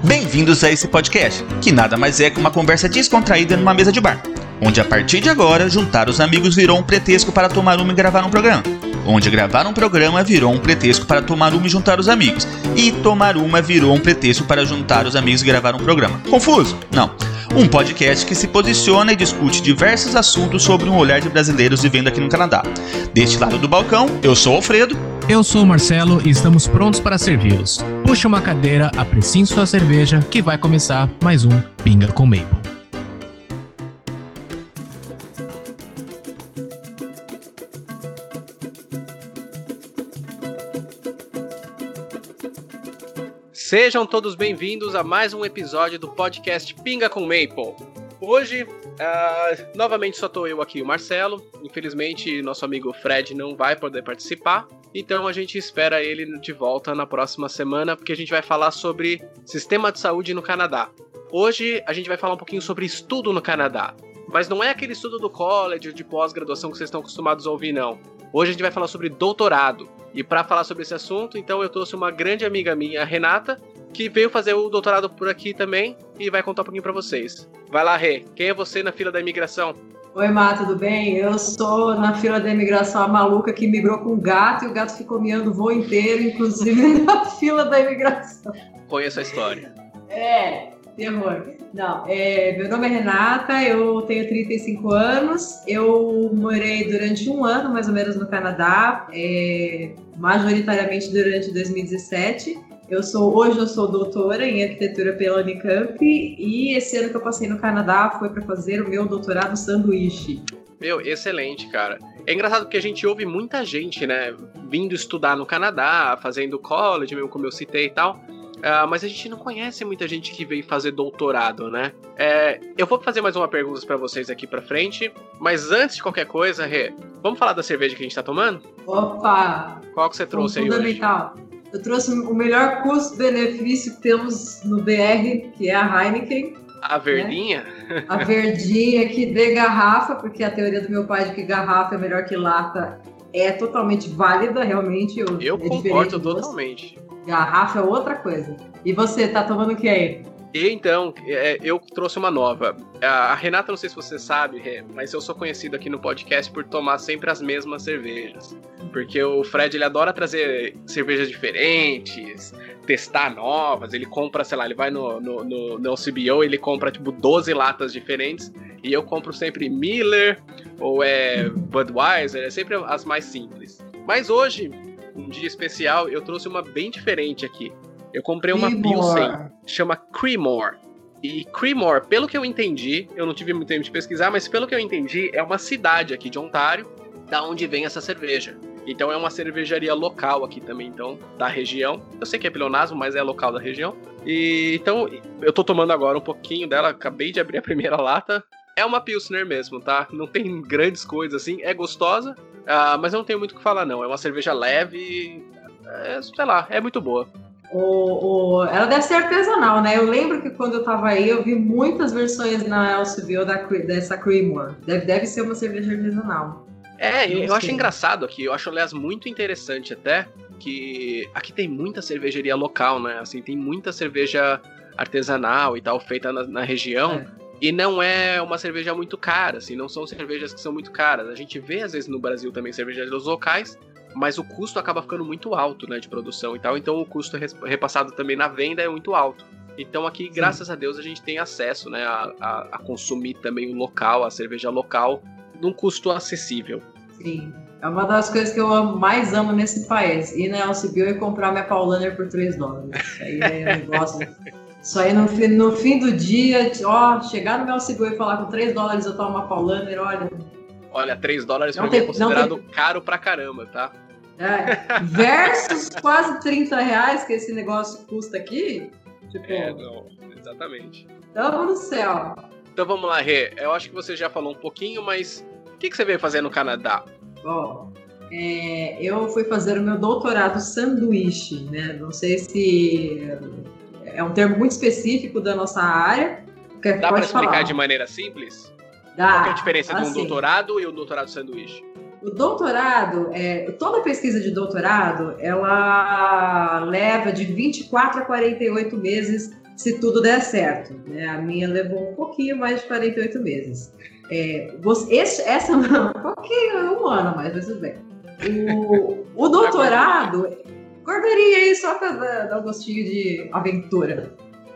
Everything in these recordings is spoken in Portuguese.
Bem-vindos a esse podcast, que nada mais é que uma conversa descontraída numa mesa de bar, onde a partir de agora, juntar os amigos virou um pretexto para tomar uma e gravar um programa. Onde gravar um programa virou um pretexto para tomar uma e juntar os amigos. E tomar uma virou um pretexto para juntar os amigos e gravar um programa. Confuso? Não. Um podcast que se posiciona e discute diversos assuntos sobre um olhar de brasileiros vivendo aqui no Canadá. Deste lado do balcão, eu sou o Alfredo. Eu sou o Marcelo e estamos prontos para servi-los. Puxe uma cadeira, apreciem sua cerveja, que vai começar mais um Pinga com Maple. Sejam todos bem-vindos a mais um episódio do podcast Pinga com Maple. Hoje, novamente só estou eu aqui, o Marcelo. Infelizmente, nosso amigo Fred não vai poder participar. Então a gente espera ele de volta na próxima semana, porque a gente vai falar sobre sistema de saúde no Canadá. Hoje a gente vai falar um pouquinho sobre estudo no Canadá. Mas não é aquele estudo do college, de pós-graduação que vocês estão acostumados a ouvir, não. Hoje a gente vai falar sobre doutorado. E para falar sobre esse assunto, então eu trouxe uma grande amiga minha, a Renata, que veio fazer o doutorado por aqui também e vai contar um pouquinho para vocês. Vai lá, Rê. Quem é você na fila da imigração? Oi, Má, tudo bem? Eu sou na fila da imigração a maluca que migrou com o gato e o gato ficou miando o voo inteiro, inclusive na fila da imigração. Conheço a história. Terror. Não, meu nome é Renata, eu tenho 35 anos, eu morei durante um ano, mais ou menos, no Canadá, majoritariamente durante 2017. Hoje eu sou doutora em arquitetura pela Unicamp e esse ano que eu passei no Canadá foi para fazer o meu doutorado sanduíche. Meu, excelente, cara. É engraçado porque a gente ouve muita gente, né, vindo estudar no Canadá, fazendo college, mesmo como eu citei e tal, mas a gente não conhece muita gente que veio fazer doutorado, né? Eu vou fazer mais uma pergunta para vocês aqui pra frente, mas antes de qualquer coisa, Rê, vamos falar da cerveja que a gente tá tomando? Opa! Qual que você trouxe aí fundamental. Hoje? Eu trouxe o melhor custo-benefício que temos no BR, que é a Heineken. A verdinha? Né? A verdinha que de garrafa, porque a teoria do meu pai de que garrafa é melhor que lata é totalmente válida, realmente. Eu concordo totalmente. Garrafa é outra coisa. E você, tá tomando o que aí? Então, eu trouxe uma nova. A Renata, não sei se você sabe, mas eu sou conhecido aqui no podcast por tomar sempre as mesmas cervejas. Porque o Fred, ele adora trazer cervejas diferentes, testar novas. Ele compra, sei lá, ele vai no LCBO, ele compra tipo 12 latas diferentes. E eu compro sempre Miller ou Budweiser, é sempre as mais simples. Mas hoje, um dia especial, eu trouxe uma bem diferente aqui. Eu comprei uma Pilsen, chama Creemore. E Creemore, pelo que eu entendi, eu não tive muito tempo de pesquisar, mas pelo que eu entendi, é uma cidade aqui de Ontário, da onde vem essa cerveja. Então é uma cervejaria local aqui também, então, da região. Eu sei que é pleonasmo, mas é local da região. E então, eu tô tomando agora um pouquinho dela, acabei de abrir a primeira lata. É uma Pilsner mesmo, tá? Não tem grandes coisas assim, é gostosa, mas eu não tenho muito o que falar não. É uma cerveja leve, sei lá, é muito boa. Ela deve ser artesanal, né? Eu lembro que quando eu tava aí, eu vi muitas versões na LCBO dessa Creemore. Deve ser uma cerveja artesanal. Eu acho engraçado aqui, eu acho, aliás, muito interessante até, que aqui tem muita cervejaria local, né? Assim, tem muita cerveja artesanal e tal, feita na região. E não é uma cerveja muito cara, assim, não são cervejas que são muito caras. A gente vê, às vezes, no Brasil também cervejas locais, mas o custo acaba ficando muito alto, né, de produção e tal. Então o custo repassado também na venda é muito alto. Então aqui, graças a Deus, a gente tem acesso, né, a consumir também o local, a cerveja local, num custo acessível. Sim, é uma das coisas que eu mais amo nesse país. Ir na LCBO e comprar minha Paulaner por $3. Isso aí é um negócio... Isso aí no fim do dia, chegar no meu LCBO e falar com $3 eu tomo uma Paulaner, olha... Olha, $3 pra mim é considerado caro pra caramba, tá? Versus quase R$30 que esse negócio custa aqui. Tipo, não, exatamente. Tamo no céu. Então vamos lá, Rê. Eu acho que você já falou um pouquinho, mas o que você veio fazer no Canadá? Bom, eu fui fazer o meu doutorado sanduíche, né? Não sei se é um termo muito específico da nossa área. Dá pra explicar de maneira simples? Dá. Qual é a diferença de um doutorado e um doutorado sanduíche? O doutorado, toda pesquisa de doutorado, ela leva de 24 a 48 meses se tudo der certo, né? A minha levou um pouquinho mais de 48 meses. Essa um pouquinho, um ano mais, mas tudo bem. O doutorado, guardaria aí só para dar um gostinho de aventura.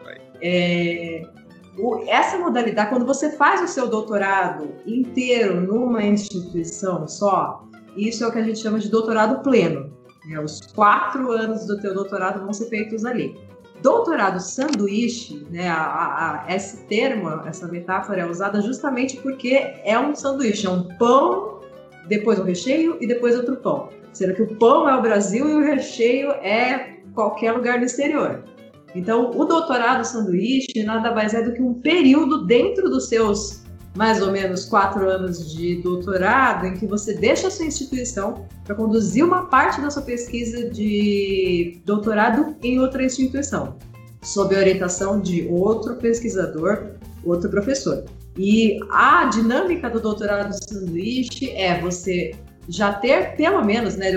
Essa modalidade, quando você faz o seu doutorado inteiro numa instituição só, isso é o que a gente chama de doutorado pleno. Os 4 anos do teu doutorado vão ser feitos ali. Doutorado sanduíche, né, esse termo, essa metáfora é usada justamente porque é um sanduíche, é um pão, depois um recheio e depois outro pão. Sendo que o pão é o Brasil e o recheio é qualquer lugar do exterior. Então, o doutorado sanduíche nada mais é do que um período dentro dos seus mais ou menos 4 anos de doutorado em que você deixa a sua instituição para conduzir uma parte da sua pesquisa de doutorado em outra instituição, sob a orientação de outro pesquisador, outro professor. E a dinâmica do doutorado sanduíche é você já ter, pelo menos, né,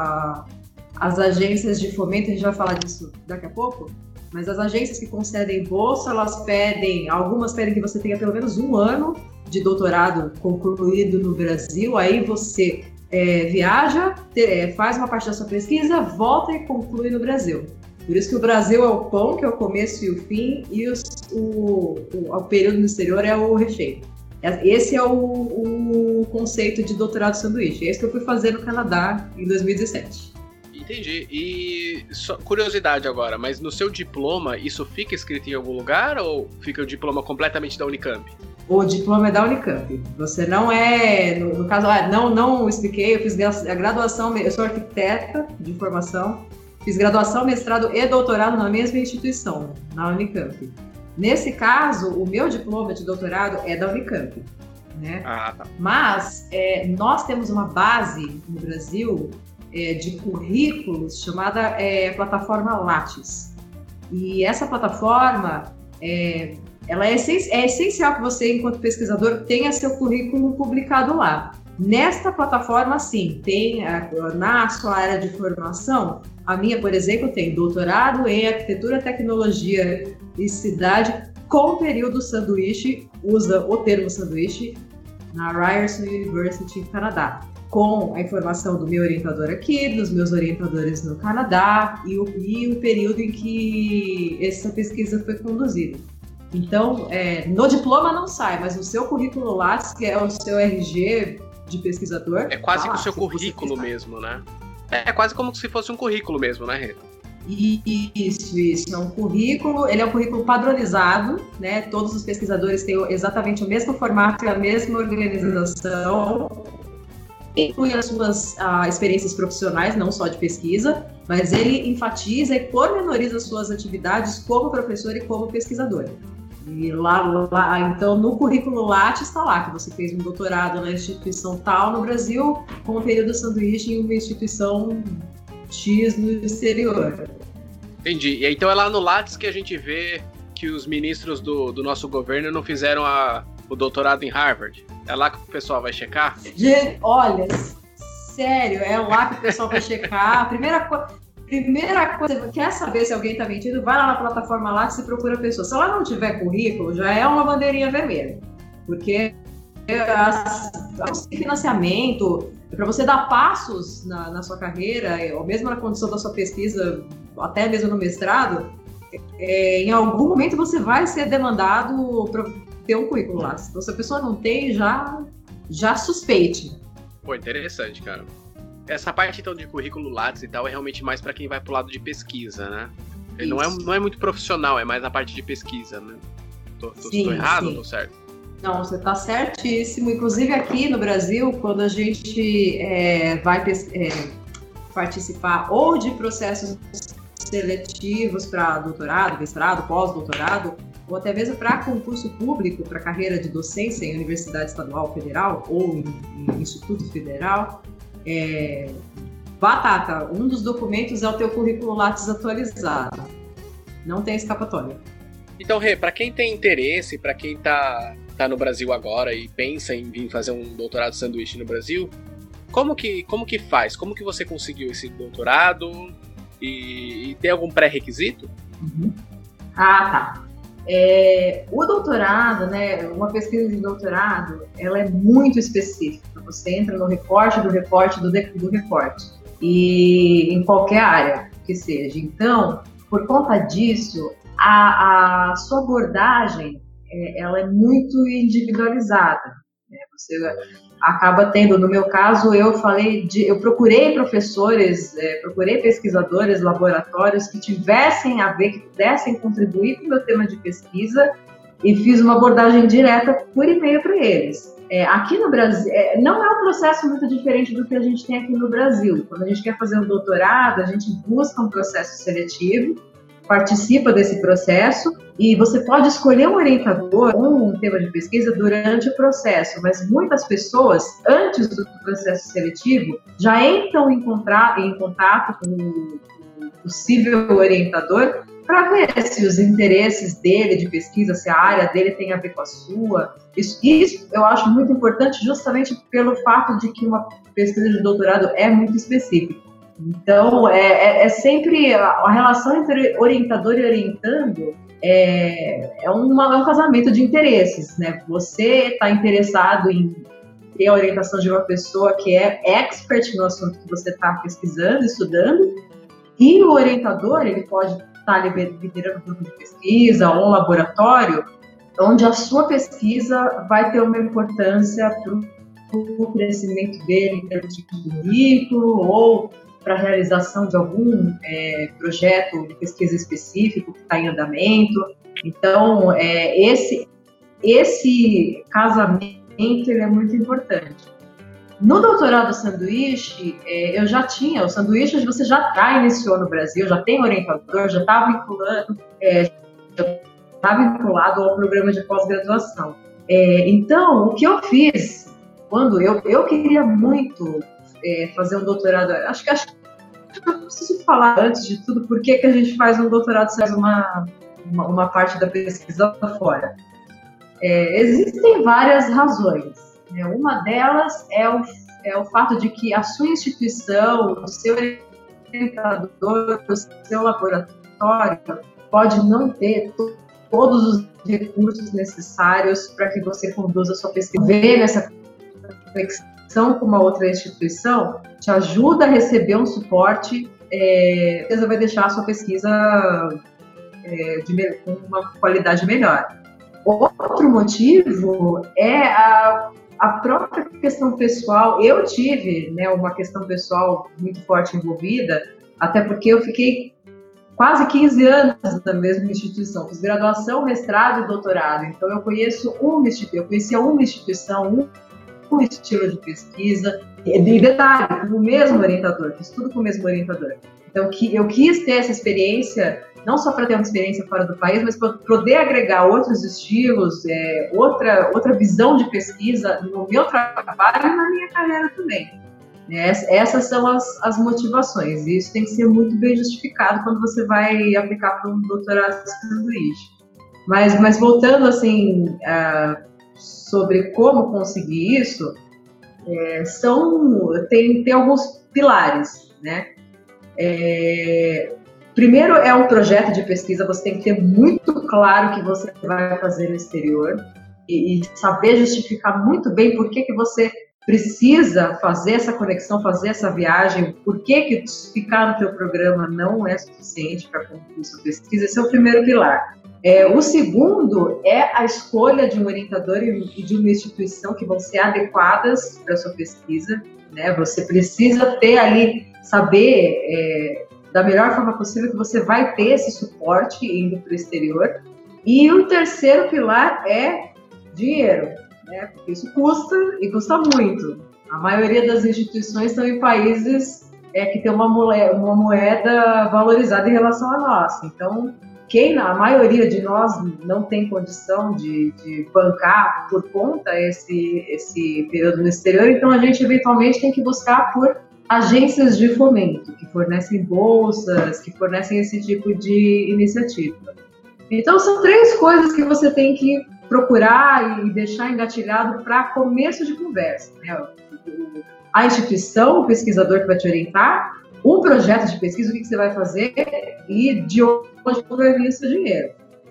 as agências de fomento, a gente vai falar disso daqui a pouco, mas as agências que concedem bolsa, algumas pedem que você tenha pelo menos 1 ano de doutorado concluído no Brasil, aí você viaja, faz uma parte da sua pesquisa, volta e conclui no Brasil. Por isso que o Brasil é o pão, que é o começo e o fim, e o período no exterior é o recheio. Esse é o conceito de doutorado sanduíche. É isso que eu fui fazer no Canadá em 2017. Entendi. E só curiosidade agora, mas no seu diploma isso fica escrito em algum lugar ou fica o diploma completamente da Unicamp? O diploma é da Unicamp. Você não é, no caso, não expliquei, eu fiz a graduação, eu sou arquiteta de formação, fiz graduação, mestrado e doutorado na mesma instituição, na Unicamp. Nesse caso, o meu diploma de doutorado é da Unicamp, né? Tá. Mas nós temos uma base no Brasil de currículos chamada plataforma Lattes. E essa plataforma, ela é essencial que você, enquanto pesquisador, tenha seu currículo publicado lá. Nesta plataforma, sim, tem na sua área de formação, a minha, por exemplo, tem doutorado em arquitetura, tecnologia e cidade com período sanduíche, usa o termo sanduíche, na Ryerson University, Canadá, com a informação do meu orientador aqui, dos meus orientadores no Canadá e o período em que essa pesquisa foi conduzida. Então, no diploma não sai, mas no seu currículo Lattes, que é o seu RG de pesquisador... É quase que o seu currículo mesmo, né? É quase como se fosse um currículo mesmo, né, Rê? Isso. É um currículo, ele é um currículo padronizado, né? Todos os pesquisadores têm exatamente o mesmo formato e a mesma organização. Inclui as suas experiências profissionais, não só de pesquisa, mas ele enfatiza e pormenoriza suas atividades como professor e como pesquisador. E lá, então, no currículo Lattes está lá que você fez um doutorado na instituição tal no Brasil, com um período sanduíche em uma instituição X no exterior. Entendi. E então é lá no Lattes que a gente vê que os ministros do nosso governo não fizeram o doutorado em Harvard. É lá que o pessoal vai checar? Olha, sério, é lá que o pessoal vai checar. A primeira coisa, quer saber se alguém está mentindo, vai lá na plataforma Lattes e procura a pessoa. Se ela não tiver currículo, já é uma bandeirinha vermelha. Porque financiamento, para você dar passos na sua carreira, ou mesmo na condição da sua pesquisa, até mesmo no mestrado, em algum momento você vai ser demandado para ter um currículo lá. Então, se a pessoa não tem, já suspeite. Pô, interessante, cara. Essa parte, então, de currículo Lattes e tal é realmente mais para quem vai pro lado de pesquisa, né? Não é muito profissional, é mais na parte de pesquisa, né? Tô errado ou tô certo? Não, você está certíssimo. Inclusive aqui no Brasil, quando a gente vai participar ou de processos seletivos para doutorado, mestrado, pós-doutorado, ou até mesmo para concurso público, para carreira de docência em universidade estadual, federal ou em instituto federal, batata, um dos documentos é o teu currículo Lattes atualizado. Não tem escapatória. Então, Rê, para quem tem interesse, para quem tá no Brasil agora e pensa em vir fazer um doutorado sanduíche no Brasil, como que faz? Como que você conseguiu esse doutorado? E tem algum pré-requisito? Uhum. Ah, tá. O doutorado, né, uma pesquisa de doutorado, ela é muito específica. Você entra no recorte do recorte do recorte. E em qualquer área que seja. Então, por conta disso, a sua abordagem, ela é muito individualizada. Né? Você acaba tendo, no meu caso, eu procurei professores, procurei pesquisadores, laboratórios que tivessem a ver, que pudessem contribuir com o meu tema de pesquisa e fiz uma abordagem direta por e-mail para eles. Aqui no Brasil, não é um processo muito diferente do que a gente tem aqui no Brasil. Quando a gente quer fazer um doutorado, a gente busca um processo seletivo, participa desse processo e você pode escolher um orientador ou um tema de pesquisa durante o processo, mas muitas pessoas, antes do processo seletivo, já entram em contato com o possível orientador para ver se os interesses dele de pesquisa, se a área dele tem a ver com a sua. Isso eu acho muito importante justamente pelo fato de que uma pesquisa de doutorado é muito específica. Então, é sempre a relação entre orientador e orientando é um casamento de interesses, né? Você está interessado em ter a orientação de uma pessoa que é expert no assunto que você está pesquisando, estudando, e o orientador, ele pode estar liderando um grupo de pesquisa ou um laboratório, onde a sua pesquisa vai ter uma importância para o crescimento dele em termos de currículo ou para a realização de algum projeto de pesquisa específico que está em andamento. Então, esse casamento ele é muito importante. No doutorado sanduíche, eu já tinha, o sanduíche você já iniciou no Brasil, já tem orientador, já está vinculado ao programa de pós-graduação. Então, o que eu fiz, quando eu queria muito fazer um doutorado, acho que eu preciso falar antes de tudo por que a gente faz um doutorado se faz uma parte da pesquisa fora. Existem várias razões. Né? Uma delas é o fato de que a sua instituição, o seu orientador, o seu laboratório pode não ter todos os recursos necessários para que você conduza a sua pesquisa. Ver nessa conexão com uma outra instituição te ajuda a receber um suporte, você vai deixar a sua pesquisa com uma qualidade melhor. Outro motivo é a própria questão pessoal. Eu tive uma questão pessoal muito forte envolvida, até porque eu fiquei quase 15 anos na mesma instituição, fiz graduação, mestrado e doutorado, então eu conhecia uma instituição, um estilo de pesquisa, e detalhe, com o mesmo orientador, fiz tudo com o mesmo orientador. Então eu quis ter essa experiência, não só para ter uma experiência fora do país, mas para poder agregar outros estilos, outra visão de pesquisa no meu trabalho e na minha carreira também. Essas são as motivações, e isso tem que ser muito bem justificado quando você vai aplicar para um doutorado de sanduíche. Mas voltando assim, sobre como conseguir isso, tem alguns pilares, né? Primeiro é um projeto de pesquisa, você tem que ter muito claro o que você vai fazer no exterior e saber justificar muito bem por que você precisa fazer essa conexão, fazer essa viagem, por que ficar no teu programa não é suficiente para concluir sua pesquisa. Esse é o primeiro pilar. O segundo é a escolha de um orientador e de uma instituição que vão ser adequadas para a sua pesquisa, né? Você precisa ter ali, saber da melhor forma possível que você vai ter esse suporte indo para o exterior. E o terceiro pilar é dinheiro, né? Porque isso custa e custa muito. A maioria das instituições estão em países que tem uma moeda valorizada em relação à nossa. Então, a maioria de nós não tem condição de bancar por conta esse período no exterior, então a gente eventualmente tem que buscar por agências de fomento, que fornecem bolsas, que fornecem esse tipo de iniciativa. Então são 3 coisas que você tem que procurar e deixar engatilhado para começo de conversa, né? A instituição, o pesquisador que vai te orientar, um projeto de pesquisa, o que você vai fazer e de onde vai vir o seu dinheiro.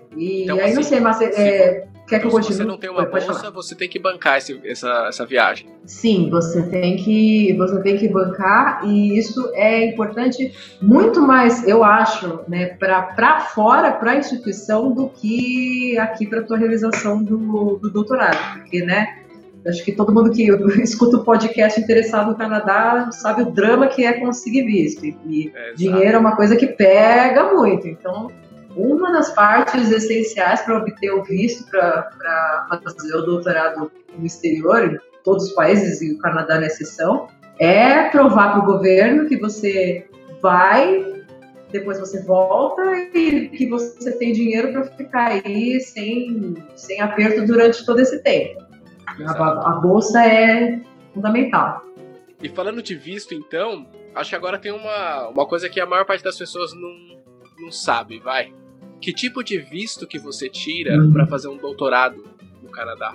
E Então, aí, assim, não sei, mas quer que eu continue? Se você não tem uma bolsa, você tem que bancar essa viagem. Sim, você tem que bancar, e isso é importante muito mais, eu acho, né, para fora, para a instituição, do que aqui para a tua realização do doutorado, porque, né, acho que todo mundo que escuta o podcast interessado no Canadá sabe o drama que é conseguir visto, e dinheiro é uma coisa que pega muito, então uma das partes essenciais para obter o visto para fazer o doutorado no exterior, em todos os países, e o Canadá na exceção, é provar para o governo que você vai, depois você volta e que você tem dinheiro para ficar aí sem aperto durante todo esse tempo. A bolsa é fundamental. E falando de visto, então, acho que agora tem uma coisa que a maior parte das pessoas não sabe, vai. Que tipo de visto que você tira para fazer um doutorado no Canadá?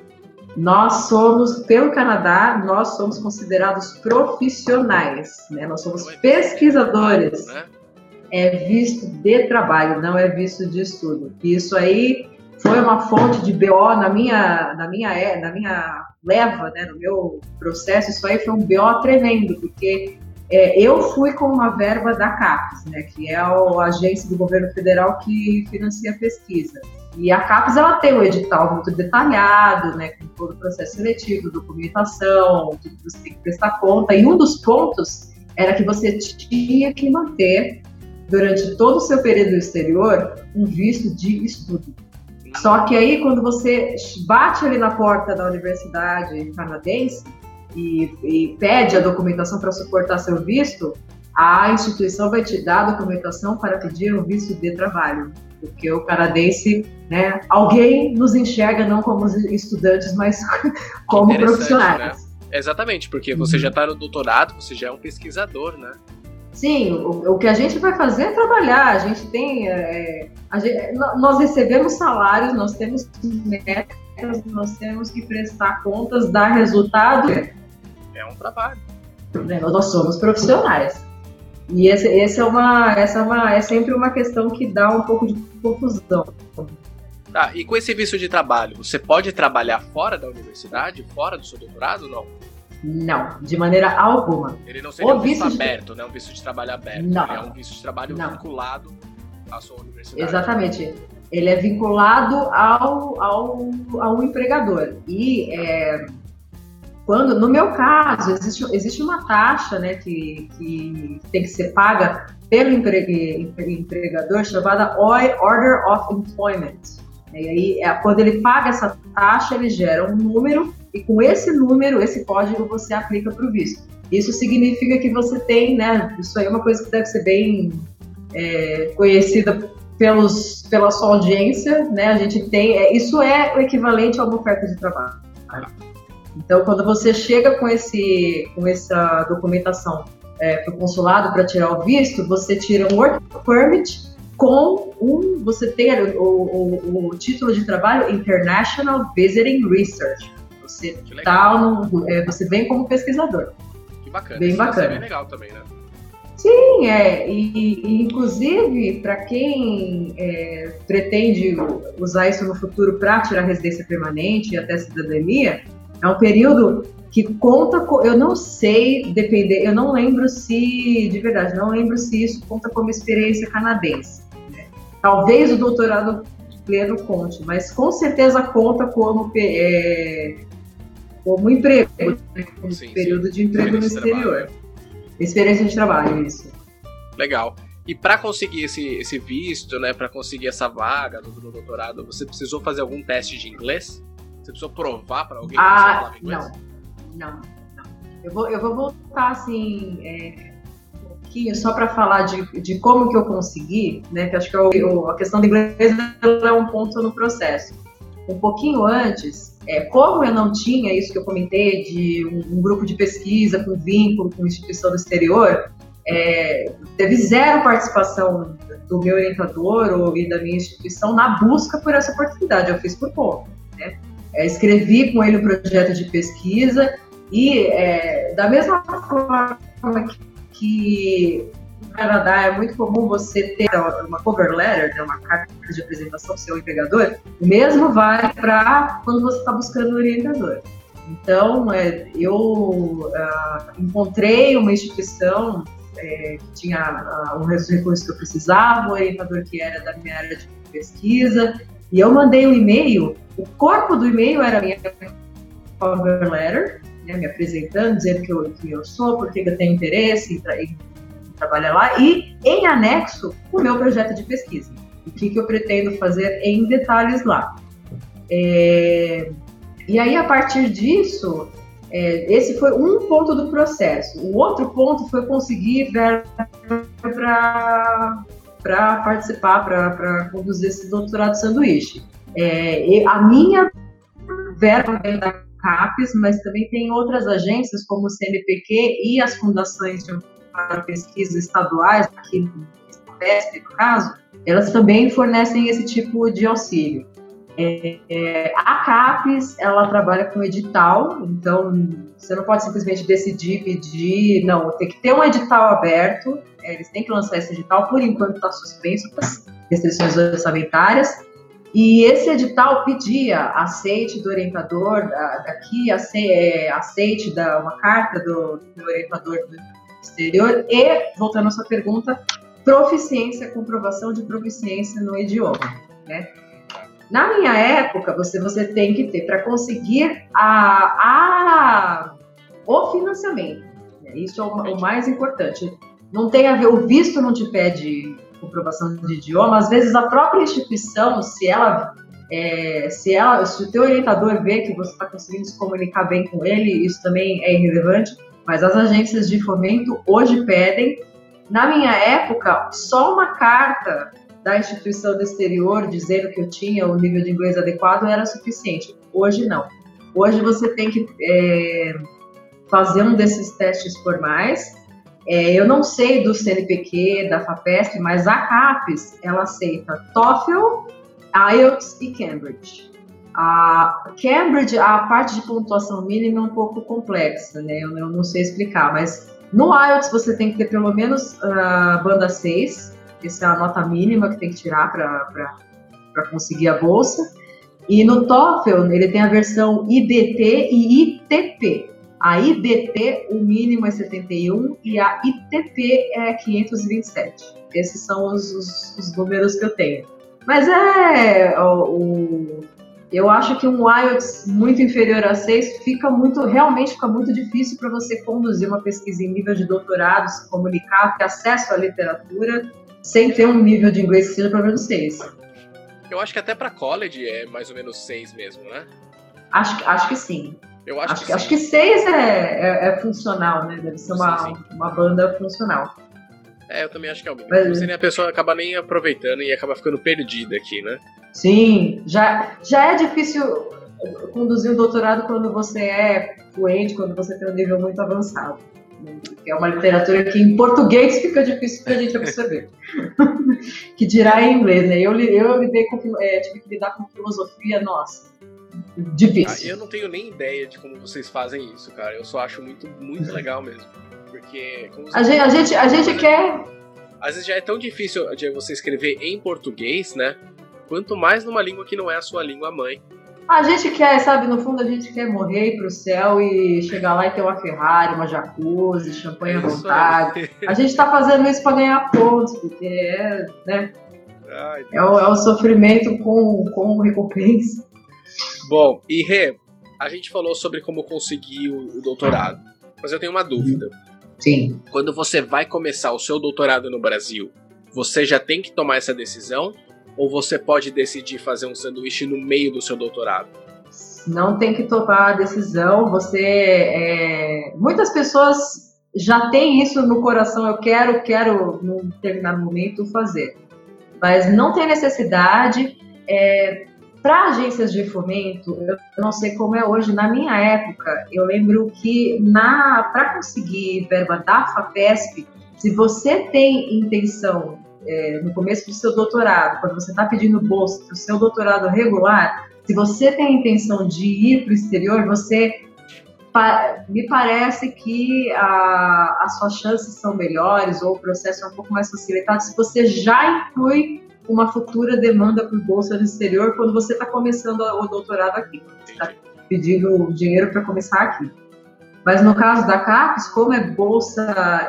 Pelo Canadá, nós somos considerados profissionais, né? Nós somos pesquisadores. Né? É visto de trabalho, não é visto de estudo. E isso aí foi uma fonte de BO na minha leva, né? No meu processo, isso aí foi um BO tremendo, porque eu fui com uma verba da CAPES, né, que é a agência do governo federal que financia a pesquisa. E a CAPES, ela tem um edital muito detalhado, né, com todo o processo seletivo, documentação, tudo que você tem que prestar conta. E um dos pontos era que você tinha que manter, durante todo o seu período exterior, um visto de estudo. Só que aí, quando você bate ali na porta da universidade canadense, e pede a documentação para suportar seu visto, a instituição vai te dar a documentação para pedir um visto de trabalho, porque o canadense, né, alguém nos enxerga não como estudantes, mas como profissionais. Né? Exatamente, porque você já está no doutorado, você já é um pesquisador, né? Sim, o que a gente vai fazer é trabalhar. A gente tem, nós recebemos salários, nós temos metas, nós temos que prestar contas, dar resultado. É um trabalho. Nós somos profissionais. E essa é sempre uma questão que dá um pouco de confusão. Tá, e com esse visto de trabalho, você pode trabalhar fora da universidade, fora do seu doutorado ou não? Não, de maneira alguma. Ele não seria um visto aberto, né? Um visto de trabalho aberto. Não. Ele é um visto de trabalho vinculado à sua universidade. Exatamente. Ele é vinculado ao empregador. E no meu caso, existe uma taxa, né, que tem que ser paga pelo empregador, chamada Order of Employment. E aí, quando ele paga essa taxa, ele gera um número, e com esse número, esse código, você aplica para o visto. Isso significa que você tem, né, isso aí é uma coisa que deve ser bem conhecida pela sua audiência, né, a gente tem, isso é o equivalente a uma oferta de trabalho. Então, quando você chega com essa documentação para o consulado para tirar o visto, você tira um work permit você tem o título de trabalho International Visiting Research. Você vem como pesquisador. Que bacana. Bem bacana. É bem legal também, né? Sim, e inclusive para quem pretende usar isso no futuro para tirar residência permanente e até cidadania, é um período que conta eu não sei, eu não lembro se isso conta como experiência canadense. Né? Talvez o doutorado pleno conte, mas com certeza conta como emprego, né? Como período de emprego no exterior. Experiência de trabalho, isso. Legal. E para conseguir esse visto, né, para conseguir essa vaga do doutorado, você precisou fazer algum teste de inglês? Você precisou provar para alguém que você falava inglês? Não. Eu vou voltar assim um pouquinho só para falar de como que eu consegui, né? Que acho que a questão do inglês é um ponto no processo. Um pouquinho antes, como eu não tinha isso que eu comentei de um grupo de pesquisa com vínculo com instituição do exterior, teve zero participação do meu orientador e da minha instituição na busca por essa oportunidade. Eu fiz por conta, né? Escrevi com ele um projeto de pesquisa e da mesma forma que Canadá é muito comum você ter uma cover letter, né, uma carta de apresentação do seu empregador, o mesmo vale para quando você está buscando um orientador. Então, eu encontrei uma instituição que tinha um recurso que eu precisava, um orientador que era da minha área de pesquisa, e eu mandei um e-mail, o corpo do e-mail era a minha cover letter, né, me apresentando, dizendo que eu sou, porque eu tenho interesse em trabalhar lá, e em anexo o meu projeto de pesquisa, o que eu pretendo fazer em detalhes lá. E aí, a partir disso, esse foi um ponto do processo. O outro ponto foi conseguir verba para participar, para conduzir esse doutorado sanduíche. A minha verba vem da CAPES, mas também tem outras agências, como o CNPq e as fundações de pesquisa estaduais, aqui no PESP, no caso, elas também fornecem esse tipo de auxílio. A CAPES, ela trabalha com edital, então você não pode simplesmente decidir, pedir, não, tem que ter um edital aberto, eles têm que lançar esse edital, por enquanto está suspenso para as restrições orçamentárias, e esse edital pedia aceite do orientador daqui, aceite uma carta do orientador do exterior e, voltando à sua pergunta, comprovação de proficiência no idioma, né? Na minha época, você tem que ter, para conseguir o financiamento, né? Isso é o mais importante. Não tem a ver, o visto não te pede comprovação de idioma, às vezes a própria instituição, se o teu orientador vê que você está conseguindo se comunicar bem com ele, isso também é irrelevante, mas as agências de fomento hoje pedem. Na minha época, só uma carta da instituição do exterior dizendo que eu tinha o nível de inglês adequado era suficiente. Hoje não. Hoje você tem que fazer um desses testes formais. Eu não sei do CNPq, da FAPESP, mas a CAPES, ela aceita TOEFL, IELTS e Cambridge. A Cambridge, a parte de pontuação mínima é um pouco complexa, né? Eu não sei explicar, mas no IELTS você tem que ter pelo menos banda 6, essa é a nota mínima que tem que tirar para conseguir a bolsa. E no TOEFL, ele tem a versão IBT e ITP. A IBT, o mínimo é 71 e a ITP é 527. Esses são os números que eu tenho. Mas eu acho que um IELTS muito inferior a 6 realmente fica muito difícil para você conduzir uma pesquisa em nível de doutorado, se comunicar, ter acesso à literatura, sem ter um nível de inglês que seja pelo menos 6. Eu acho que até para college é mais ou menos 6 mesmo, né? Acho que sim. Eu acho que Acho que 6 é funcional, né? Deve ser uma banda funcional. Eu também acho que é o mínimo. A pessoa acaba nem aproveitando e acaba ficando perdida aqui, né? Sim, já é difícil conduzir um doutorado quando você é fluente, quando você tem um nível muito avançado. É uma literatura que em português fica difícil pra gente absorver. Que dirá em inglês, né? Eu tive que lidar com filosofia, nossa, difícil. Eu não tenho nem ideia de como vocês fazem isso, cara. Eu só acho muito, muito legal mesmo. Porque a gente quer... Às vezes já é tão difícil de você escrever em português, né? Quanto mais numa língua que não é a sua língua mãe. A gente quer, sabe, no fundo a gente quer morrer, ir pro céu e chegar lá e ter uma Ferrari, uma jacuzzi, champanhe à vontade. A gente tá fazendo isso pra ganhar pontos, porque né? É o sofrimento com recompensa. Bom, e Rê, a gente falou sobre como conseguir o doutorado, mas eu tenho uma dúvida. Sim. Quando você vai começar o seu doutorado no Brasil, você já tem que tomar essa decisão? Ou você pode decidir fazer um sanduíche no meio do seu doutorado? Não tem que tomar a decisão. Muitas pessoas já têm isso no coração. Eu quero num determinado momento fazer. Mas não tem necessidade. Para agências de fomento, eu não sei como é hoje. Na minha época, eu lembro que para conseguir verba da FAPESP, se você tem intenção... no começo do seu doutorado, quando você está pedindo bolsa para o seu doutorado regular, se você tem a intenção de ir para o exterior, você me parece que as suas chances são melhores ou o processo é um pouco mais facilitado se você já inclui uma futura demanda por bolsa no exterior quando você está começando o doutorado aqui. Você está pedindo dinheiro para começar aqui. Mas no caso da CAPES, como é bolsa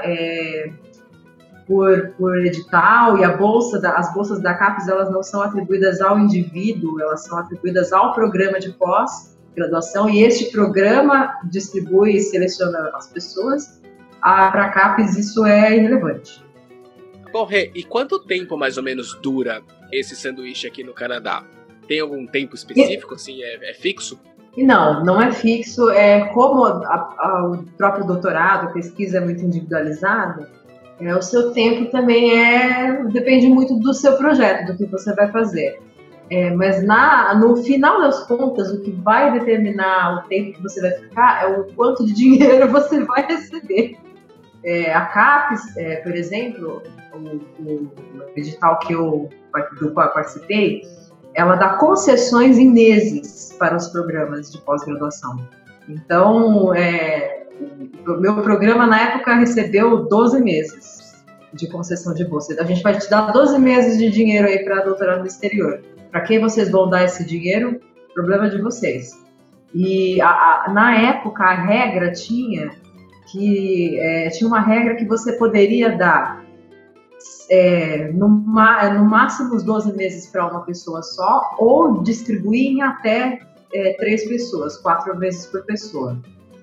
por edital e as bolsas da CAPES elas não são atribuídas ao indivíduo, elas são atribuídas ao programa de pós-graduação e este programa distribui e seleciona as pessoas. Para a CAPES isso é irrelevante. Bom, Rê, e quanto tempo mais ou menos dura esse sanduíche aqui no Canadá? Tem algum tempo específico, assim, é fixo? Não é fixo. Como o próprio doutorado, a pesquisa é muito individualizada, o seu tempo também depende muito do seu projeto, do que você vai fazer. Mas no final das contas, o que vai determinar o tempo que você vai ficar é o quanto de dinheiro você vai receber. A CAPES, por exemplo, o edital do qual eu participei, ela dá concessões em meses para os programas de pós-graduação. Então, o meu programa, na época, recebeu 12 meses de concessão de bolsa. A gente vai te dar 12 meses de dinheiro aí para doutorado no exterior. Para quem vocês vão dar esse dinheiro? Problema de vocês. E na época, a regra tinha uma regra que você poderia dar no máximo os 12 meses para uma pessoa só ou distribuir em até 3 pessoas, 4 meses por pessoa.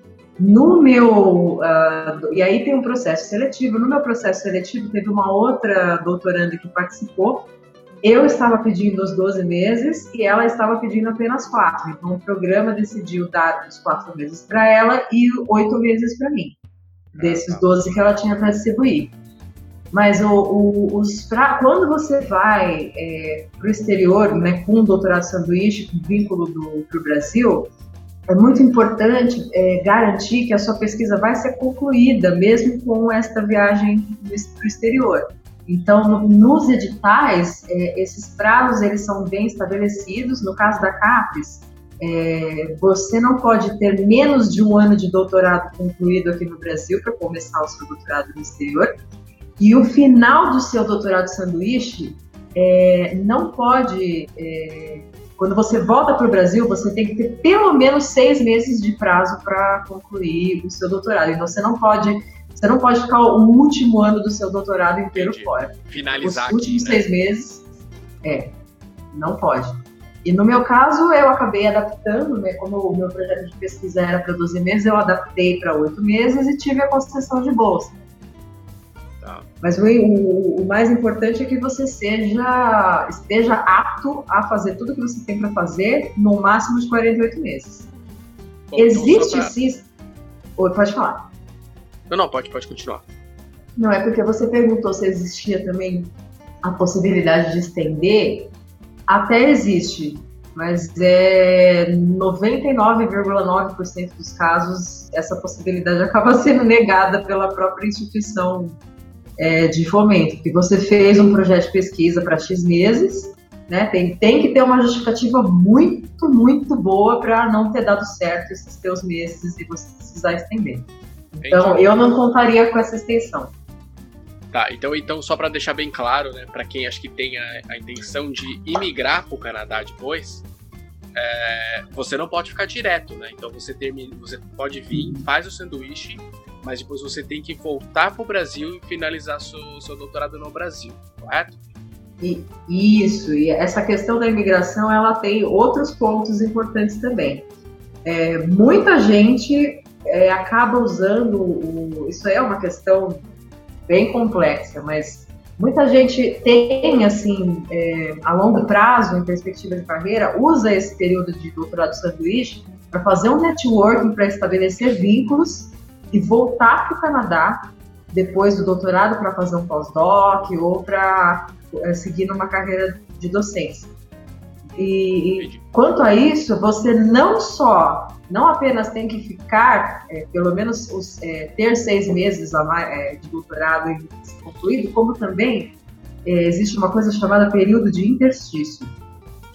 E aí tem um processo seletivo. No meu processo seletivo teve uma outra doutoranda que participou. Eu estava pedindo os 12 meses e ela estava pedindo apenas 4. Então o programa decidiu dar os 4 meses para ela e 8 meses para mim, desses 12 que ela tinha para distribuir. Mas quando você vai para o exterior, né, com um doutorado sanduíche, com vínculo para o Brasil, é muito importante garantir que a sua pesquisa vai ser concluída, mesmo com esta viagem para o exterior. Então, nos editais, esses prazos eles são bem estabelecidos. No caso da CAPES, você não pode ter menos de um ano de doutorado concluído aqui no Brasil para começar o seu doutorado no exterior. E o final do seu doutorado sanduíche não pode... quando você volta para o Brasil, você tem que ter pelo menos 6 meses de prazo para concluir o seu doutorado. Então, você não pode ficar o último ano do seu doutorado inteiro fora. Finalizar os últimos aqui, né? 6 meses, não pode. E no meu caso, eu acabei adaptando, né? Como o meu projeto de pesquisa era para 12 meses, eu adaptei para 8 meses e tive a concessão de bolsa. Tá. Mas o mais importante é que você esteja apto a fazer tudo que você tem para fazer no máximo de 48 meses. Bom, existe então sim... Oi, pode falar. Não, pode continuar. Não, é porque você perguntou se existia também a possibilidade de estender. Até existe, mas 99,9% dos casos essa possibilidade acaba sendo negada pela própria instituição de fomento, porque você fez um projeto de pesquisa para X meses, né? Tem que ter uma justificativa muito, muito boa para não ter dado certo esses teus meses e você precisar estender. Então, eu não contaria com essa extensão. Tá, então só para deixar bem claro, né, para quem acha que tem a intenção de imigrar para o Canadá depois, você não pode ficar direto, né? Então você pode vir, faz o sanduíche, mas depois você tem que voltar para o Brasil e finalizar seu doutorado no Brasil, correto? Isso, e essa questão da imigração, ela tem outros pontos importantes também. Muita gente acaba usando, isso é uma questão bem complexa, mas muita gente tem, assim, a longo prazo, em perspectiva de carreira, usa esse período de doutorado sanduíche para fazer um networking, para estabelecer vínculos e voltar para o Canadá depois do doutorado para fazer um pós-doc ou para seguir numa carreira de docência. E quanto a isso, você não apenas tem que ficar, pelo menos ter 6 meses de doutorado concluído, como também existe uma coisa chamada período de interstício,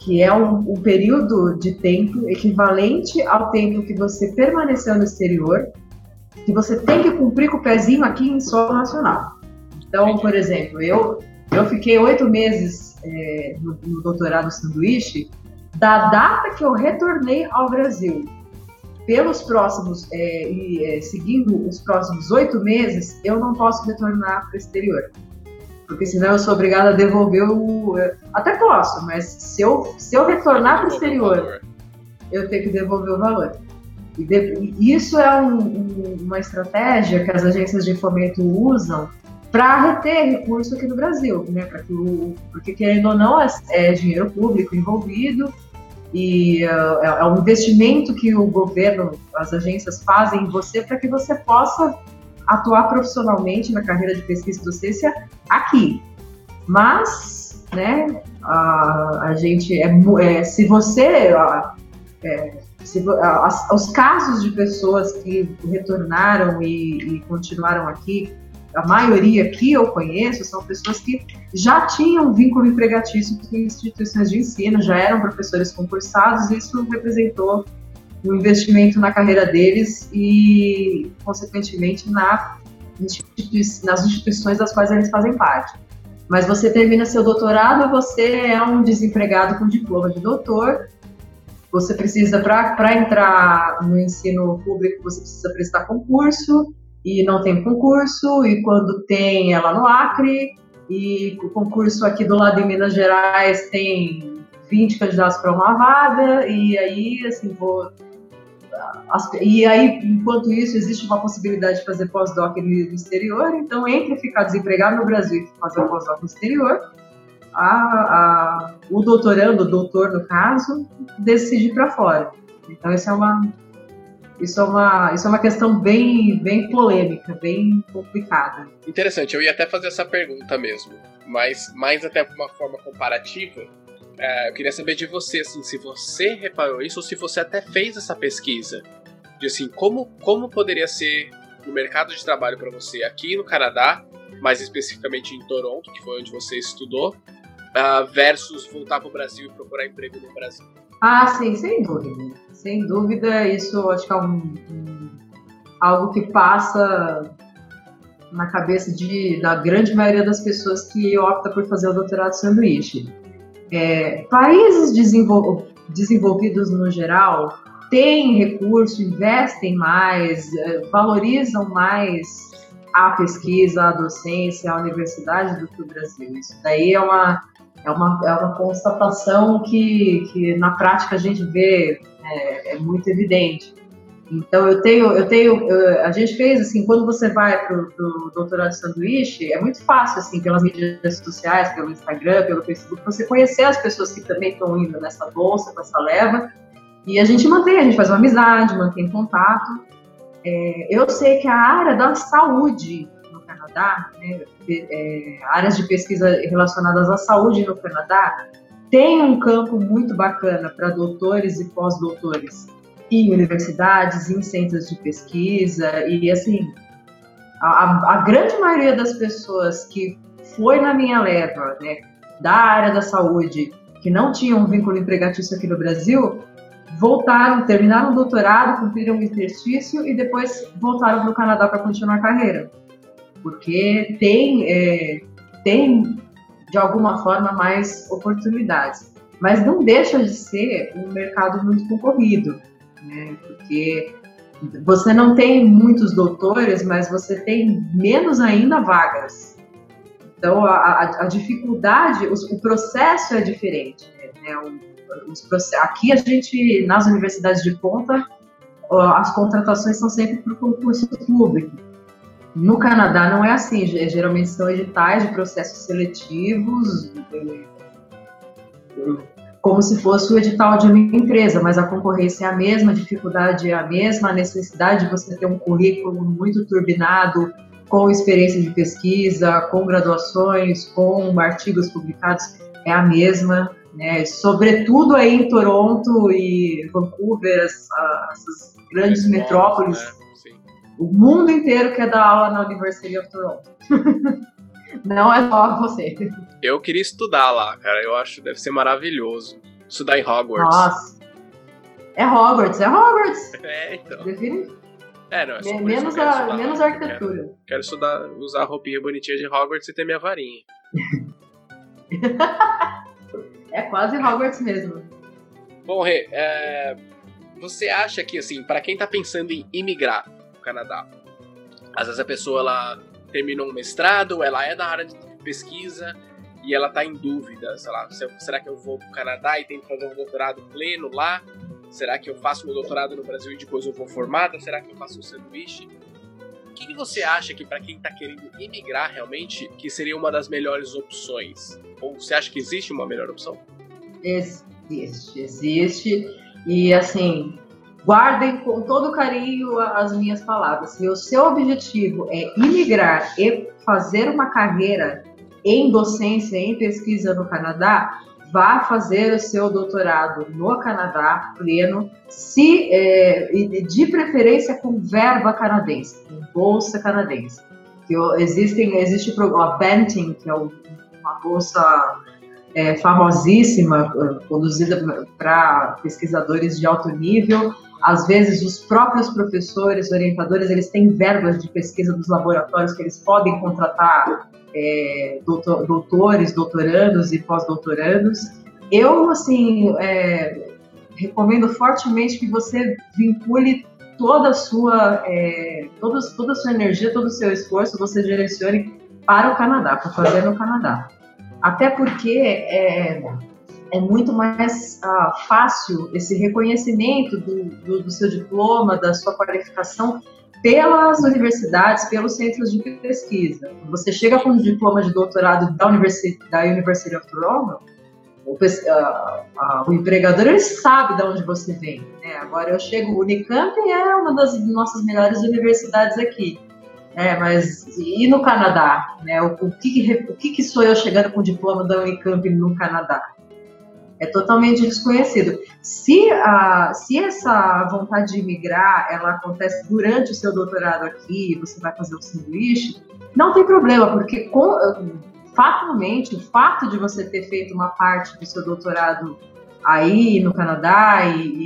que é um período de tempo equivalente ao tempo que você permaneceu no exterior, que você tem que cumprir com o pezinho aqui em solo nacional. Então, por exemplo, eu fiquei 8 meses no doutorado sanduíche, da data que eu retornei ao Brasil, pelos próximos, seguindo os próximos 8 meses, eu não posso retornar para o exterior. Porque senão eu sou obrigada a devolver até posso, mas se eu retornar para o exterior, eu tenho que devolver o valor. E isso é uma estratégia que as agências de fomento usam para reter recurso aqui no Brasil, né? Porque querendo ou não, é dinheiro público envolvido e é um investimento que o governo, as agências fazem em você para que você possa atuar profissionalmente na carreira de pesquisa e docência aqui. Mas, né, a gente se você os casos de pessoas que retornaram e continuaram aqui, a maioria que eu conheço são pessoas que já tinham vínculo empregatício com instituições de ensino, já eram professores concursados, e isso representou um investimento na carreira deles e, consequentemente, nas instituições das quais eles fazem parte. Mas você termina seu doutorado, você é um desempregado com diploma de doutor, você precisa, para entrar no ensino público, você precisa prestar concurso, e não tem concurso, e quando tem, é lá no Acre, e o concurso aqui do lado de Minas Gerais tem 20 candidatos para uma vaga, e aí, assim, enquanto isso, existe uma possibilidade de fazer pós-doc no exterior, então, entre ficar desempregado no Brasil e fazer um pós-doc no exterior, o doutorando, o doutor, no caso, decide ir para fora. Então, isso é uma questão bem, bem polêmica, bem complicada. Interessante, eu ia até fazer essa pergunta mesmo, mas mais até de uma forma comparativa. Eu queria saber de você, assim, se você reparou isso ou se você até fez essa pesquisa de assim, como poderia ser o mercado de trabalho para você aqui no Canadá, mais especificamente em Toronto, que foi onde você estudou, versus voltar para o Brasil e procurar emprego no Brasil. Ah, sim, sem dúvida. Sem dúvida, isso acho que é algo que passa na cabeça da grande maioria das pessoas que opta por fazer o doutorado sanduíche. Países desenvolvidos no geral têm recurso, investem mais, valorizam mais a pesquisa, a docência, a universidade do que o Brasil. Isso daí é uma constatação que na prática a gente vê, é muito evidente. Então a gente fez assim, quando você vai pro doutorado de sanduíche, é muito fácil assim, pelas mídias sociais, pelo Instagram, pelo Facebook, você conhecer as pessoas que também estão indo nessa bolsa, com essa leva, e a gente faz uma amizade, mantém contato. Eu sei que a área da saúde no Canadá, né, áreas de pesquisa relacionadas à saúde no Canadá, tem um campo muito bacana para doutores e pós-doutores em universidades, em centros de pesquisa, e assim, a grande maioria das pessoas que foi na minha leva, né, da área da saúde, que não tinham um vínculo empregatício aqui no Brasil, voltaram, terminaram o doutorado, cumpriram o exercício e depois voltaram para o Canadá para continuar a carreira. Porque tem, de alguma forma, mais oportunidades. Mas não deixa de ser um mercado muito concorrido, né? Porque você não tem muitos doutores, mas você tem menos ainda vagas. Então, a dificuldade, o processo é diferente, né? Aqui a gente, nas universidades de ponta, as contratações são sempre por concurso público. No Canadá não é assim, geralmente são editais de processos seletivos, como se fosse o edital de uma empresa, mas a concorrência é a mesma, a dificuldade é a mesma, a necessidade de você ter um currículo muito turbinado, com experiência de pesquisa, com graduações, com artigos publicados, é a mesma. Né, sobretudo aí em Toronto e Vancouver, essas grandes metrópoles, né? O mundo inteiro quer dar aula na University of Toronto. Não é só você. Eu queria estudar lá, cara, eu acho que deve ser maravilhoso. Estudar em Hogwarts. Nossa. É Hogwarts. Então. Define. Não, menos a arquitetura. Quero estudar, usar a roupinha bonitinha de Hogwarts e ter minha varinha. É quase Hogwarts mesmo. Bom, Rê, você acha que, assim, pra quem tá pensando em imigrar no Canadá, às vezes a pessoa, ela terminou um mestrado, ela é da área de pesquisa e ela tá em dúvida, sei lá, será que eu vou pro Canadá e tenho que fazer um doutorado pleno lá? Será que eu faço meu doutorado no Brasil e depois eu vou formada? Será que eu faço um sanduíche? O que você acha que pra quem tá querendo imigrar realmente, que seria uma das melhores opções? Ou você acha que existe uma melhor opção? Existe. E assim, guardem com todo carinho as minhas palavras. Se o seu objetivo é imigrar e fazer uma carreira em docência, em pesquisa no Canadá, vá fazer o seu doutorado no Canadá pleno, de preferência com verba canadense, com bolsa canadense. Existe a Banting, que é uma bolsa famosíssima, conduzida para pesquisadores de alto nível. Às vezes os próprios professores, orientadores, eles têm verbas de pesquisa dos laboratórios que eles podem contratar doutores, doutorandos e pós-doutorandos. Eu, assim, recomendo fortemente que você vincule toda a sua energia, todo o seu esforço, você direcione para o Canadá, para fazer no Canadá. Até porque é muito mais fácil esse reconhecimento do seu diploma, da sua qualificação pelas universidades, pelos centros de pesquisa. Você chega com um diploma de doutorado da University of Toronto, o empregador ele sabe de onde você vem, né? Agora eu chego, o Unicamp é uma das nossas melhores universidades aqui, mas e no Canadá, né? O que sou eu chegando com o diploma da Unicamp no Canadá? É totalmente desconhecido. Se essa vontade de imigrar, ela acontece durante o seu doutorado aqui, você vai fazer o sanduíche, não tem problema, porque fatalmente, o fato de você ter feito uma parte do seu doutorado aí no Canadá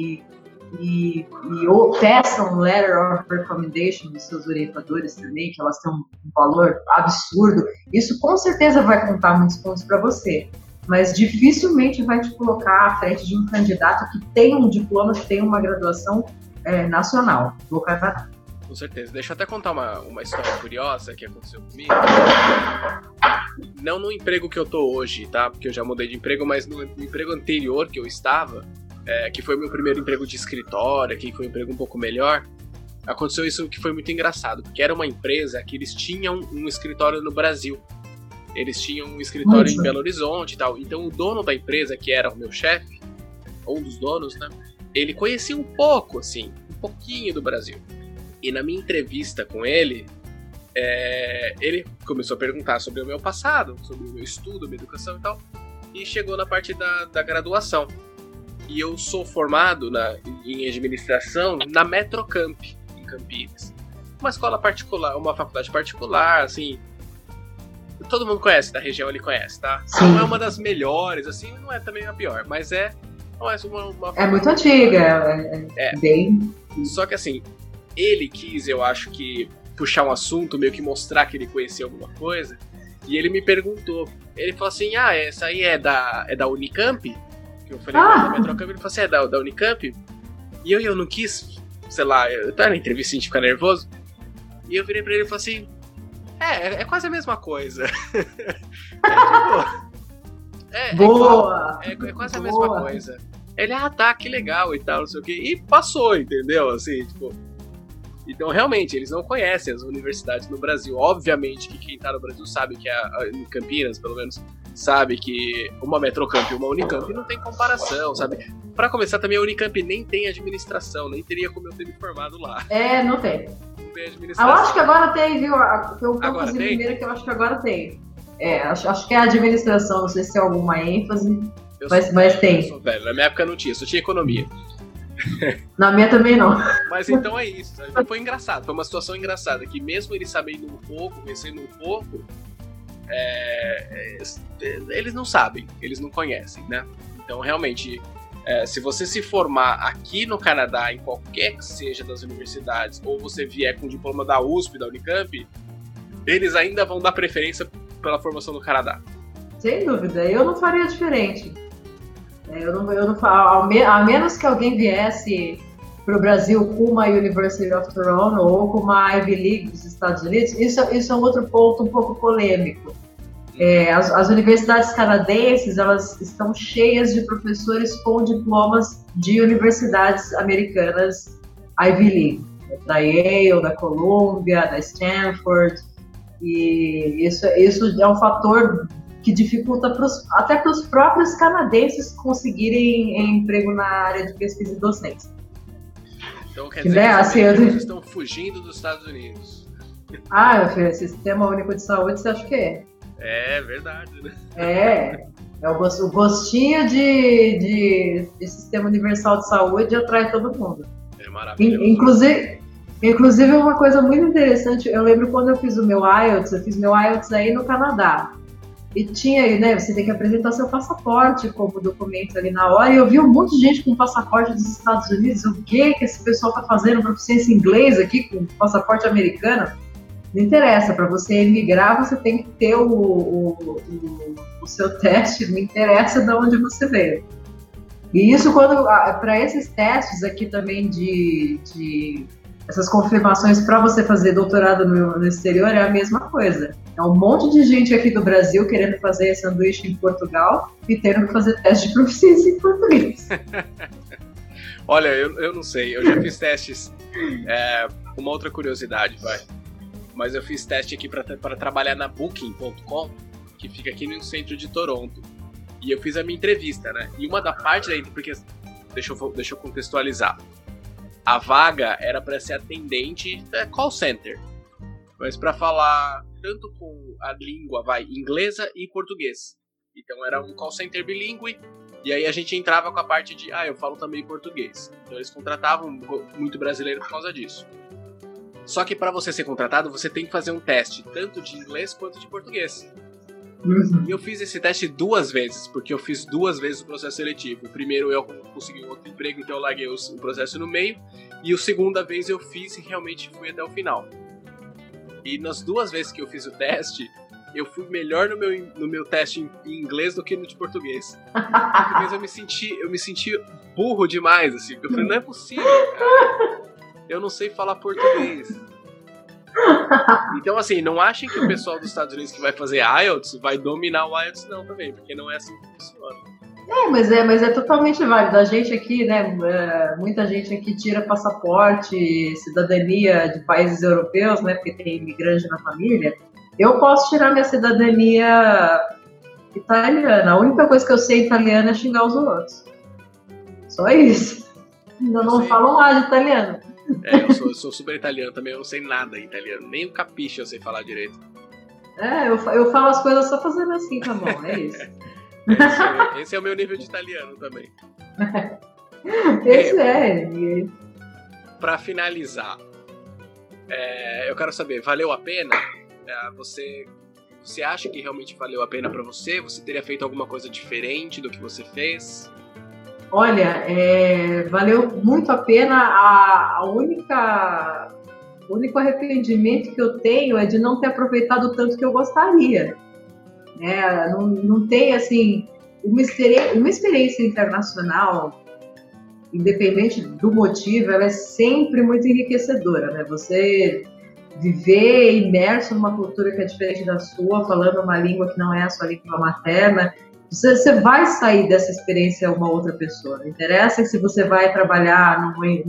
ou peça um letter of recommendation dos seus orientadores também, que elas têm um valor absurdo, isso com certeza vai contar muitos pontos para você. Mas dificilmente vai te colocar à frente de um candidato que tem um diploma, que tem uma graduação nacional no Canadá. Com certeza. Deixa eu até contar uma história curiosa que aconteceu comigo. Não no emprego que eu tô hoje, tá? Porque eu já mudei de emprego, mas no emprego anterior que eu estava, que foi meu primeiro emprego de escritório, que foi um emprego um pouco melhor, aconteceu isso que foi muito engraçado, porque era uma empresa que eles tinham um escritório no Brasil. Eles tinham um escritório em Belo Horizonte e tal. Então o dono da empresa, que era o meu chefe, um dos donos, né? Ele conhecia um pouco, assim, um pouquinho do Brasil. E na minha entrevista com ele, ele começou a perguntar sobre o meu passado, sobre o meu estudo, minha educação e tal. E chegou na parte da graduação. E eu sou formado em administração na Metrocamp, em Campinas. Uma escola particular, uma faculdade particular, assim. Todo mundo conhece, da região ele conhece, tá? Sim. Não é uma das melhores, assim, não é também a pior, mas é uma é muito antiga, bem... Só que assim, ele quis, eu acho que, puxar um assunto, meio que mostrar que ele conhecia alguma coisa, e ele me perguntou, ele falou assim, essa aí é da Unicamp? Que eu falei, da Metrocamp, ele falou assim, é da Unicamp? E eu não quis, sei lá, eu tava na entrevista de ficar nervoso, e eu virei pra ele e falei assim, é quase a mesma coisa. Boa! É quase a mesma coisa. Ele, tá, que legal e tal, não sei o que. E passou, entendeu? Assim, tipo... Então, realmente, eles não conhecem as universidades no Brasil. Obviamente que quem tá no Brasil sabe que em Campinas, pelo menos, sabe que uma Metrocamp e uma Unicamp não tem comparação, sabe? Pra começar, também a Unicamp nem tem administração, nem teria como eu ter me formado lá. Não tem. Eu acho que agora tem, viu? Agora tem? Primeiro que eu acho que agora tem. Acho que é a administração, não sei se tem alguma ênfase, mas tem. Eu sou velho, na minha época não tinha, só tinha economia. Na minha também não. Mas então é isso. Então foi engraçado, foi uma situação engraçada, que mesmo eles sabendo um pouco, conhecendo um pouco, eles não sabem, eles não conhecem, né? Então, realmente, se você se formar aqui no Canadá, em qualquer que seja das universidades, ou você vier com o diploma da USP, da Unicamp, eles ainda vão dar preferência pela formação no Canadá. Sem dúvida, eu não faria diferente. A menos que alguém viesse para o Brasil com uma University of Toronto ou com uma Ivy League dos Estados Unidos, isso é um outro ponto um pouco polêmico. As universidades canadenses, elas estão cheias de professores com diplomas de universidades americanas Ivy League, da Yale, da Columbia, da Stanford, e isso é um fator que dificulta até para os próprios canadenses conseguirem emprego na área de pesquisa e docência. Então quer dizer que os americanos estão fugindo dos Estados Unidos. Meu filho, Sistema Único de Saúde, você acha que é? É verdade, né? É o gostinho de Sistema Universal de Saúde atrai todo mundo. É maravilhoso. Inclusive, uma coisa muito interessante, eu lembro quando eu fiz o meu IELTS aí no Canadá. E tinha aí, né, você tem que apresentar seu passaporte como documento ali na hora, e eu vi um monte de gente com passaporte dos Estados Unidos. O que esse pessoal tá fazendo proficiência em inglês aqui com passaporte americano? Não interessa, para você emigrar você tem que ter o seu teste, não interessa de onde você veio. E isso para esses testes aqui também de essas confirmações para você fazer doutorado no exterior é a mesma coisa. É um monte de gente aqui do Brasil querendo fazer sanduíche em Portugal e tendo que fazer teste de proficiência em português. Olha, eu não sei, eu já fiz testes, uma outra curiosidade, mas eu fiz teste aqui para trabalhar na Booking.com, que fica aqui no centro de Toronto, e eu fiz a minha entrevista, né, e uma da parte da entrevista, porque deixa eu contextualizar, a vaga era para ser atendente call center, mas para falar tanto com a língua inglesa e português. Então era um call center bilíngue, e aí a gente entrava com a parte de eu falo também português. Então eles contratavam muito brasileiro por causa disso. Só que para você ser contratado, você tem que fazer um teste tanto de inglês quanto de português. E eu fiz esse teste 2 vezes, porque eu fiz 2 vezes o processo seletivo. O primeiro eu consegui um outro emprego, então eu larguei o processo no meio. E a segunda vez eu fiz e realmente fui até o final. E nas 2 vezes que eu fiz o teste, eu fui melhor no meu teste em inglês do que no de português. No português eu me senti burro demais, assim. Eu falei, não é possível, cara. Eu não sei falar português. Então, assim, não achem que o pessoal dos Estados Unidos que vai fazer IELTS vai dominar o IELTS, não, também, porque não é assim que funciona. Mas é totalmente válido. A gente aqui, né, muita gente aqui tira passaporte, cidadania de países europeus, né, porque tem imigrante na família. Eu posso tirar minha cidadania italiana. A única coisa que eu sei italiano é xingar os outros. Só isso. Ainda não falo nada de italiano. Eu sou super italiano também, eu não sei nada italiano, nem o capisce eu sei falar direito. Eu falo as coisas só fazendo assim com a mão, é isso. Esse é o meu nível de italiano também. Pra finalizar, eu quero saber, valeu a pena? Você acha que realmente valeu a pena pra você? Você teria feito alguma coisa diferente do que você fez? Olha, valeu muito a pena. O único arrependimento que eu tenho é de não ter aproveitado tanto que eu gostaria. Não tem, assim, uma experiência internacional, independente do motivo, ela é sempre muito enriquecedora, né? Você viver imerso numa cultura que é diferente da sua, falando uma língua que não é a sua língua materna, você vai sair dessa experiência uma outra pessoa. Não interessa se você vai trabalhar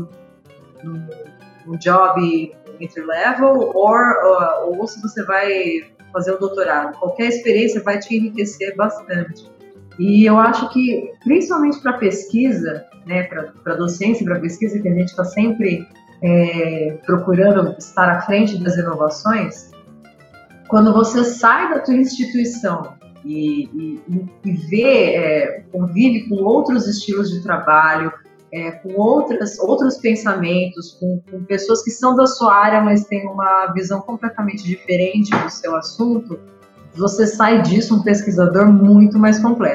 num job entry-level ou se você vai fazer um doutorado. Qualquer experiência vai te enriquecer bastante. E eu acho que, principalmente para pesquisa, né, para docência e para pesquisa, que a gente está sempre procurando estar à frente das inovações, quando você sai da tua instituição e convive com outros estilos de trabalho, com outros pensamentos, com pessoas que são da sua área, mas têm uma visão completamente diferente do seu assunto, você sai disso um pesquisador muito mais completo.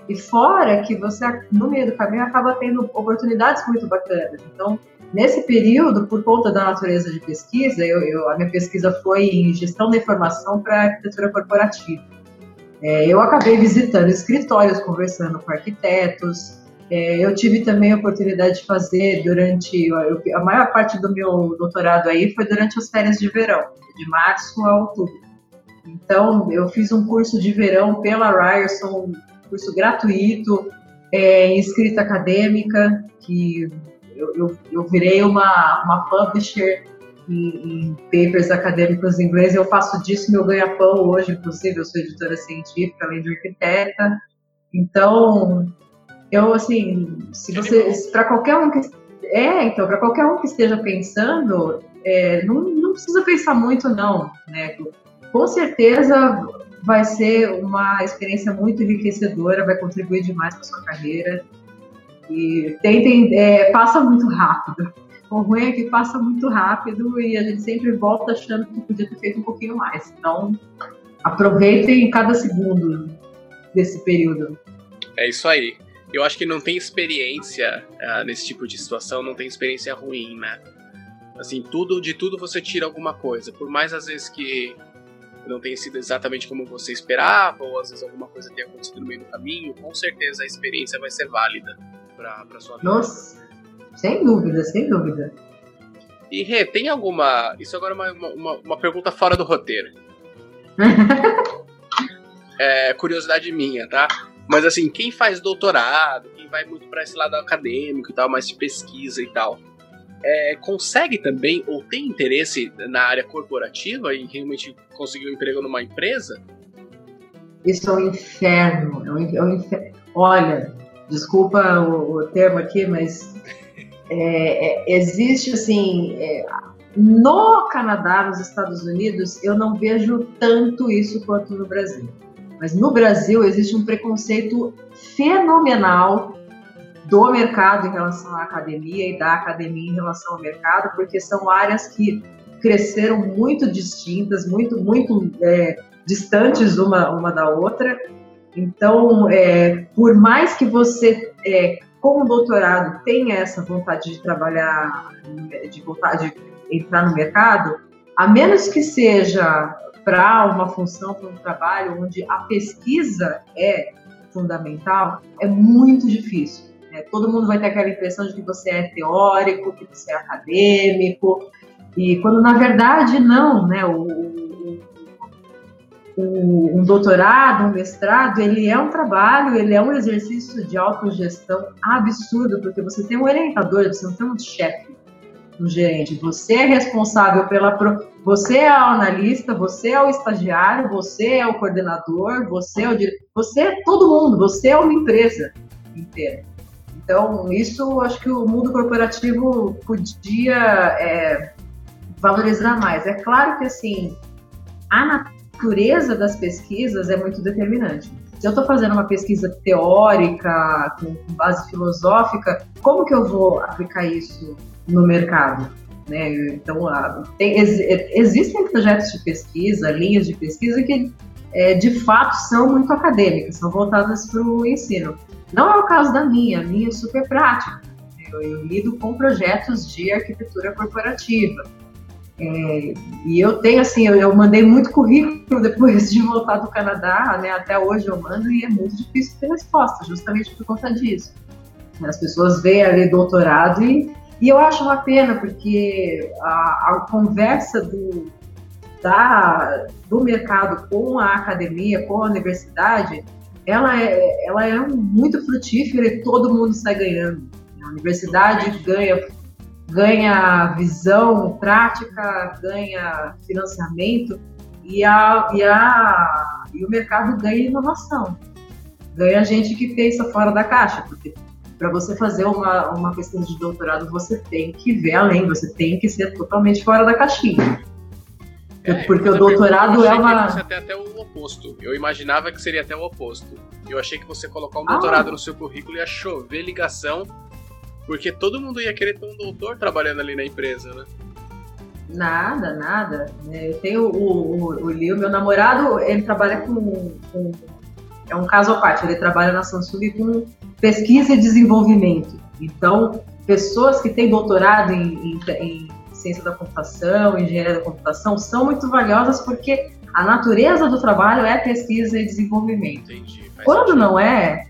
E fora que você, no meio do caminho, acaba tendo oportunidades muito bacanas. Então, nesse período, por conta da natureza de pesquisa, a minha pesquisa foi em gestão da informação para arquitetura corporativa. Eu acabei visitando escritórios, conversando com arquitetos. Eu tive também a oportunidade de fazer a maior parte do meu doutorado aí foi durante as férias de verão, de março a outubro. Então, eu fiz um curso de verão pela Ryerson, curso gratuito, em escrita acadêmica, que eu virei uma publisher em papers acadêmicos em inglês. Eu faço disso meu ganha-pão hoje, inclusive, eu sou editora científica, além de arquiteta. Então, assim, para qualquer um que esteja pensando, não precisa pensar muito, não, né? Com certeza vai ser uma experiência muito enriquecedora, vai contribuir demais para sua carreira. E passa muito rápido. O ruim é que passa muito rápido e a gente sempre volta achando que podia ter feito um pouquinho mais. Então, aproveitem cada segundo desse período. É isso aí. Eu acho que não tem experiência nesse tipo de situação, não tem experiência ruim, né? Assim, de tudo você tira alguma coisa. Por mais, às vezes, que não tenha sido exatamente como você esperava, ou às vezes alguma coisa tenha acontecido no meio do caminho, com certeza a experiência vai ser válida para sua vida. Nossa, sem dúvida, sem dúvida. E Rê, tem alguma... Isso agora é uma pergunta fora do roteiro. Curiosidade minha, tá? Mas assim, quem faz doutorado, quem vai muito para esse lado acadêmico e tal, mais de pesquisa e tal, consegue também, ou tem interesse na área corporativa e realmente conseguir um emprego numa empresa? Isso é um inferno. É um inferno. Olha, desculpa o termo aqui, mas existe assim... no Canadá, nos Estados Unidos, eu não vejo tanto isso quanto no Brasil. Mas no Brasil existe um preconceito fenomenal do mercado em relação à academia e da academia em relação ao mercado, porque são áreas que cresceram muito distintas, muito distantes uma da outra. Então, por mais que você, com o doutorado, tenha essa vontade de trabalhar, de entrar no mercado, a menos que seja para uma função, para um trabalho onde a pesquisa é fundamental, é muito difícil. Todo mundo vai ter aquela impressão de que você é teórico, que você é acadêmico, e quando na verdade não, né? Um doutorado, um mestrado, ele é um trabalho, ele é um exercício de autogestão absurdo, porque você tem um orientador, você não tem um chefe, um gerente. Você é responsável você é o analista, você é o estagiário, você é o coordenador, você é o diretor, você é todo mundo, você é uma empresa inteira. Então, isso acho que o mundo corporativo podia valorizar mais. É claro que, assim, a natureza das pesquisas é muito determinante. Se eu estou fazendo uma pesquisa teórica, com base filosófica, como que eu vou aplicar isso no mercado? Né? Então, existem projetos de pesquisa, linhas de pesquisa que, de fato, são muito acadêmicas, são voltadas para o ensino. Não é o caso da minha, a minha é super prática. Eu lido com projetos de arquitetura corporativa. E eu tenho, assim, eu mandei muito currículo depois de voltar do Canadá, né? Até hoje eu mando e é muito difícil ter resposta, justamente por conta disso. As pessoas veem ali doutorado e eu acho uma pena, porque a conversa do mercado com a academia, com a universidade, ela é muito frutífera e todo mundo sai ganhando. A universidade ganha visão prática, ganha financiamento e o mercado ganha inovação. Ganha gente que pensa fora da caixa, porque para você fazer uma pesquisa de doutorado, você tem que ver além, você tem que ser totalmente fora da caixinha. Porque o doutorado é uma... Você tem até o oposto. Eu imaginava que seria até o oposto. Eu achei que você colocar um doutorado no seu currículo ia chover ligação, porque todo mundo ia querer ter um doutor trabalhando ali na empresa, né? Nada. Eu tenho o Leo, meu namorado, ele trabalha com é um caso à parte. Ele trabalha na Samsung com pesquisa e desenvolvimento. Então, pessoas que têm doutorado em ciência da computação, engenharia da computação, são muito valiosas porque a natureza do trabalho é pesquisa e desenvolvimento. Entendi. Quando não é,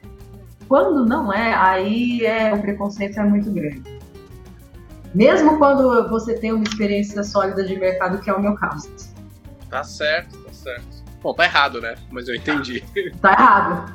aí o preconceito é muito grande. Mesmo quando você tem uma experiência sólida de mercado, que é o meu caso. Tá certo. Bom, tá errado, né? Mas eu entendi. Tá errado.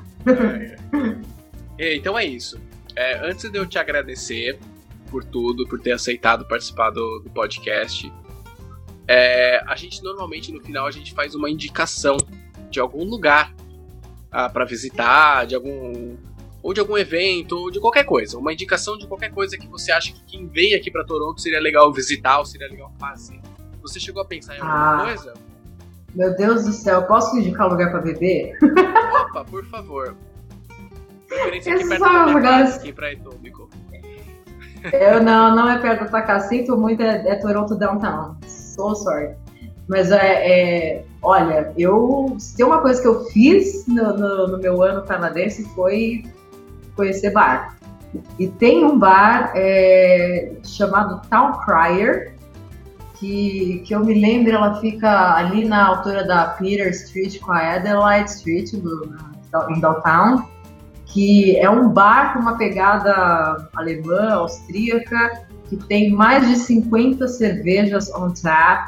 Então é isso. Antes de eu te agradecer por tudo, por ter aceitado participar do podcast, a gente normalmente no final a gente faz uma indicação de algum lugar para visitar, de algum evento, ou de qualquer coisa. Uma indicação de qualquer coisa que você acha que quem vem aqui para Toronto seria legal visitar ou seria legal fazer. Você chegou a pensar em alguma coisa? Meu Deus do céu, posso indicar lugar para beber? Opa, por favor. Preferência aqui perto da minha casa, aqui pra Etobicoke. Não é perto do Takassi, sinto muito, é Toronto Downtown. So sorry. Mas olha, se tem uma coisa que eu fiz no meu ano canadense foi conhecer bar. E tem um bar chamado Town Crier, que eu me lembro, ela fica ali na altura da Peter Street com a Adelaide Street, em Downtown, que é um bar com uma pegada alemã, austríaca, que tem mais de 50 cervejas on tap.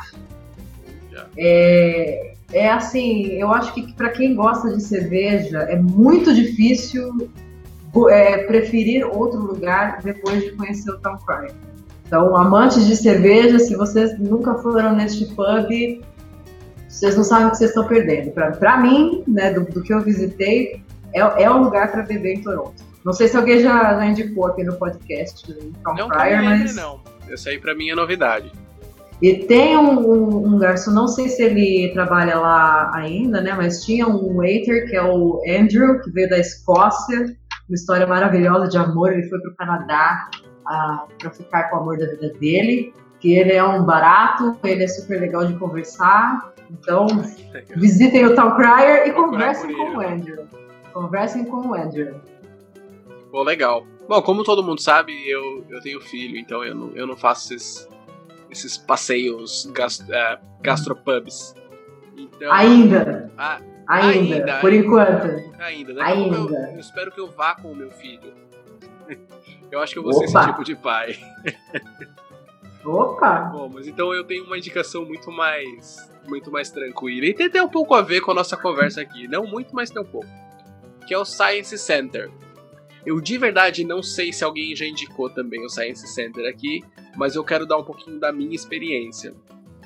Assim, eu acho que para quem gosta de cerveja, é muito difícil preferir outro lugar depois de conhecer o Town Crier. Então, amantes de cerveja, se vocês nunca foram neste pub, vocês não sabem o que vocês estão perdendo. Para mim, né, do que eu visitei, é um lugar para beber em Toronto. Não sei se alguém já indicou aqui no podcast o Town Crier, mas... Não, essa aí para mim é novidade. E tem um garçom, não sei se ele trabalha lá ainda, né, mas tinha um waiter que é o Andrew, que veio da Escócia, uma história maravilhosa de amor. Ele foi para o Canadá para ficar com o amor da vida dele, que ele é um barato, ele é super legal de conversar. Então, visitem o Town Crier e conversem com o Andrew. Conversem com o Andrew. Pô, legal. Bom, como todo mundo sabe, eu tenho filho, então eu não faço esses passeios gastropubs. Então, ainda, por enquanto. Ainda, né? Ainda. Eu espero que eu vá com o meu filho. Eu acho que eu vou ser esse tipo de pai. Opa! Bom, mas então eu tenho uma indicação muito mais tranquila. E tem até um pouco a ver com a nossa conversa aqui. Não muito, mas tem um pouco. Que é o Science Center. Eu de verdade não sei se alguém já indicou também o Science Center aqui, mas eu quero dar um pouquinho da minha experiência.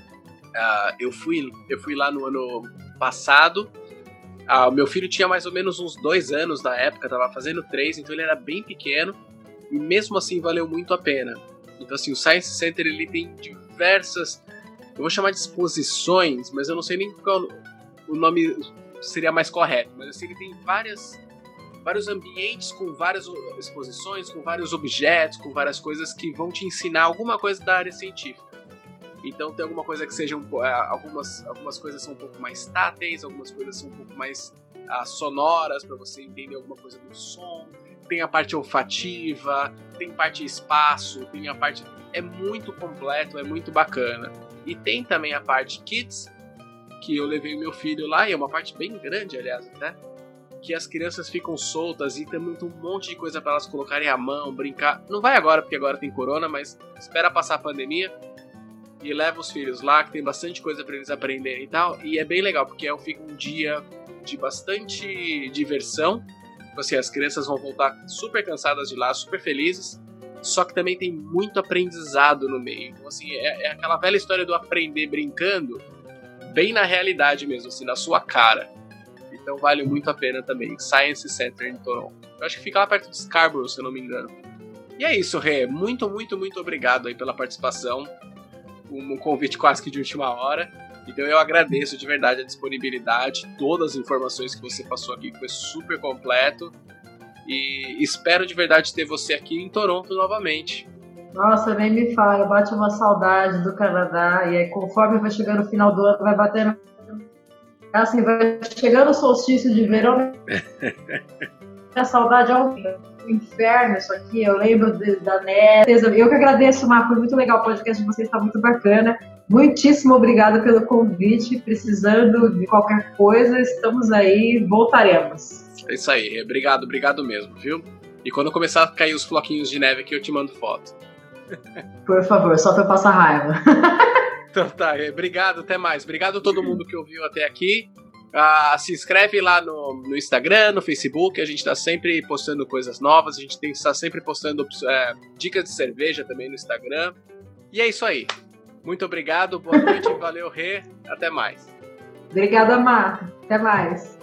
Eu fui lá no ano passado. O meu filho tinha mais ou menos uns 2 anos na época, tava fazendo 3, então ele era bem pequeno. E mesmo assim valeu muito a pena. Então assim, o Science Center ele tem diversas, eu vou chamar de exposições, mas eu não sei nem qual o nome seria mais correto. Mas assim, ele tem vários ambientes com várias exposições, com vários objetos, com várias coisas que vão te ensinar alguma coisa da área científica. Então tem alguma coisa que sejam algumas coisas são um pouco mais táteis, algumas coisas são um pouco mais sonoras para você entender alguma coisa do som. Tem a parte olfativa, tem parte espaço, tem a parte... É muito completo, é muito bacana. E tem também a parte kids, que eu levei o meu filho lá, e é uma parte bem grande, aliás, até, que as crianças ficam soltas e tem um monte de coisa para elas colocarem a mão, brincar. Não vai agora, porque agora tem corona, mas espera passar a pandemia e leva os filhos lá, que tem bastante coisa para eles aprenderem e tal. E é bem legal, porque fica um dia de bastante diversão. Assim, as crianças vão voltar super cansadas de lá, super felizes, só que também tem muito aprendizado no meio. Então, assim, é aquela velha história do aprender brincando, bem na realidade mesmo, assim, na sua cara. Então vale muito a pena também. Science Center em Toronto. Eu acho que fica lá perto de Scarborough, se eu não me engano. E é isso, Rê. Muito, muito, muito obrigado aí pela participação. Um convite quase que de última hora. Então eu agradeço de verdade a disponibilidade, todas as informações que você passou aqui, que foi super completo. E espero de verdade ter você aqui em Toronto novamente. Nossa, nem me fala, bate uma saudade do Canadá. E aí, conforme vai chegando no final do ano, vai batendo Assim, vai chegando o solstício de verão, a saudade aumenta. O inferno isso aqui, eu lembro da neve. Eu que agradeço, Mar, foi muito legal, o podcast de vocês está muito bacana. Muitíssimo obrigada pelo convite, precisando de qualquer coisa, estamos aí, voltaremos. É isso aí, obrigado mesmo, viu? E quando começar a cair os floquinhos de neve aqui, eu te mando foto. Por favor, só pra eu passar raiva. Então tá, obrigado, até mais. Obrigado a todo mundo que ouviu até aqui. Se inscreve lá no Instagram, no Facebook, a gente tá sempre postando coisas novas, a gente tá sempre postando dicas de cerveja também no Instagram. E é isso aí. Muito obrigado, boa noite, valeu, Rê, até mais. Obrigada, Marta. Até mais.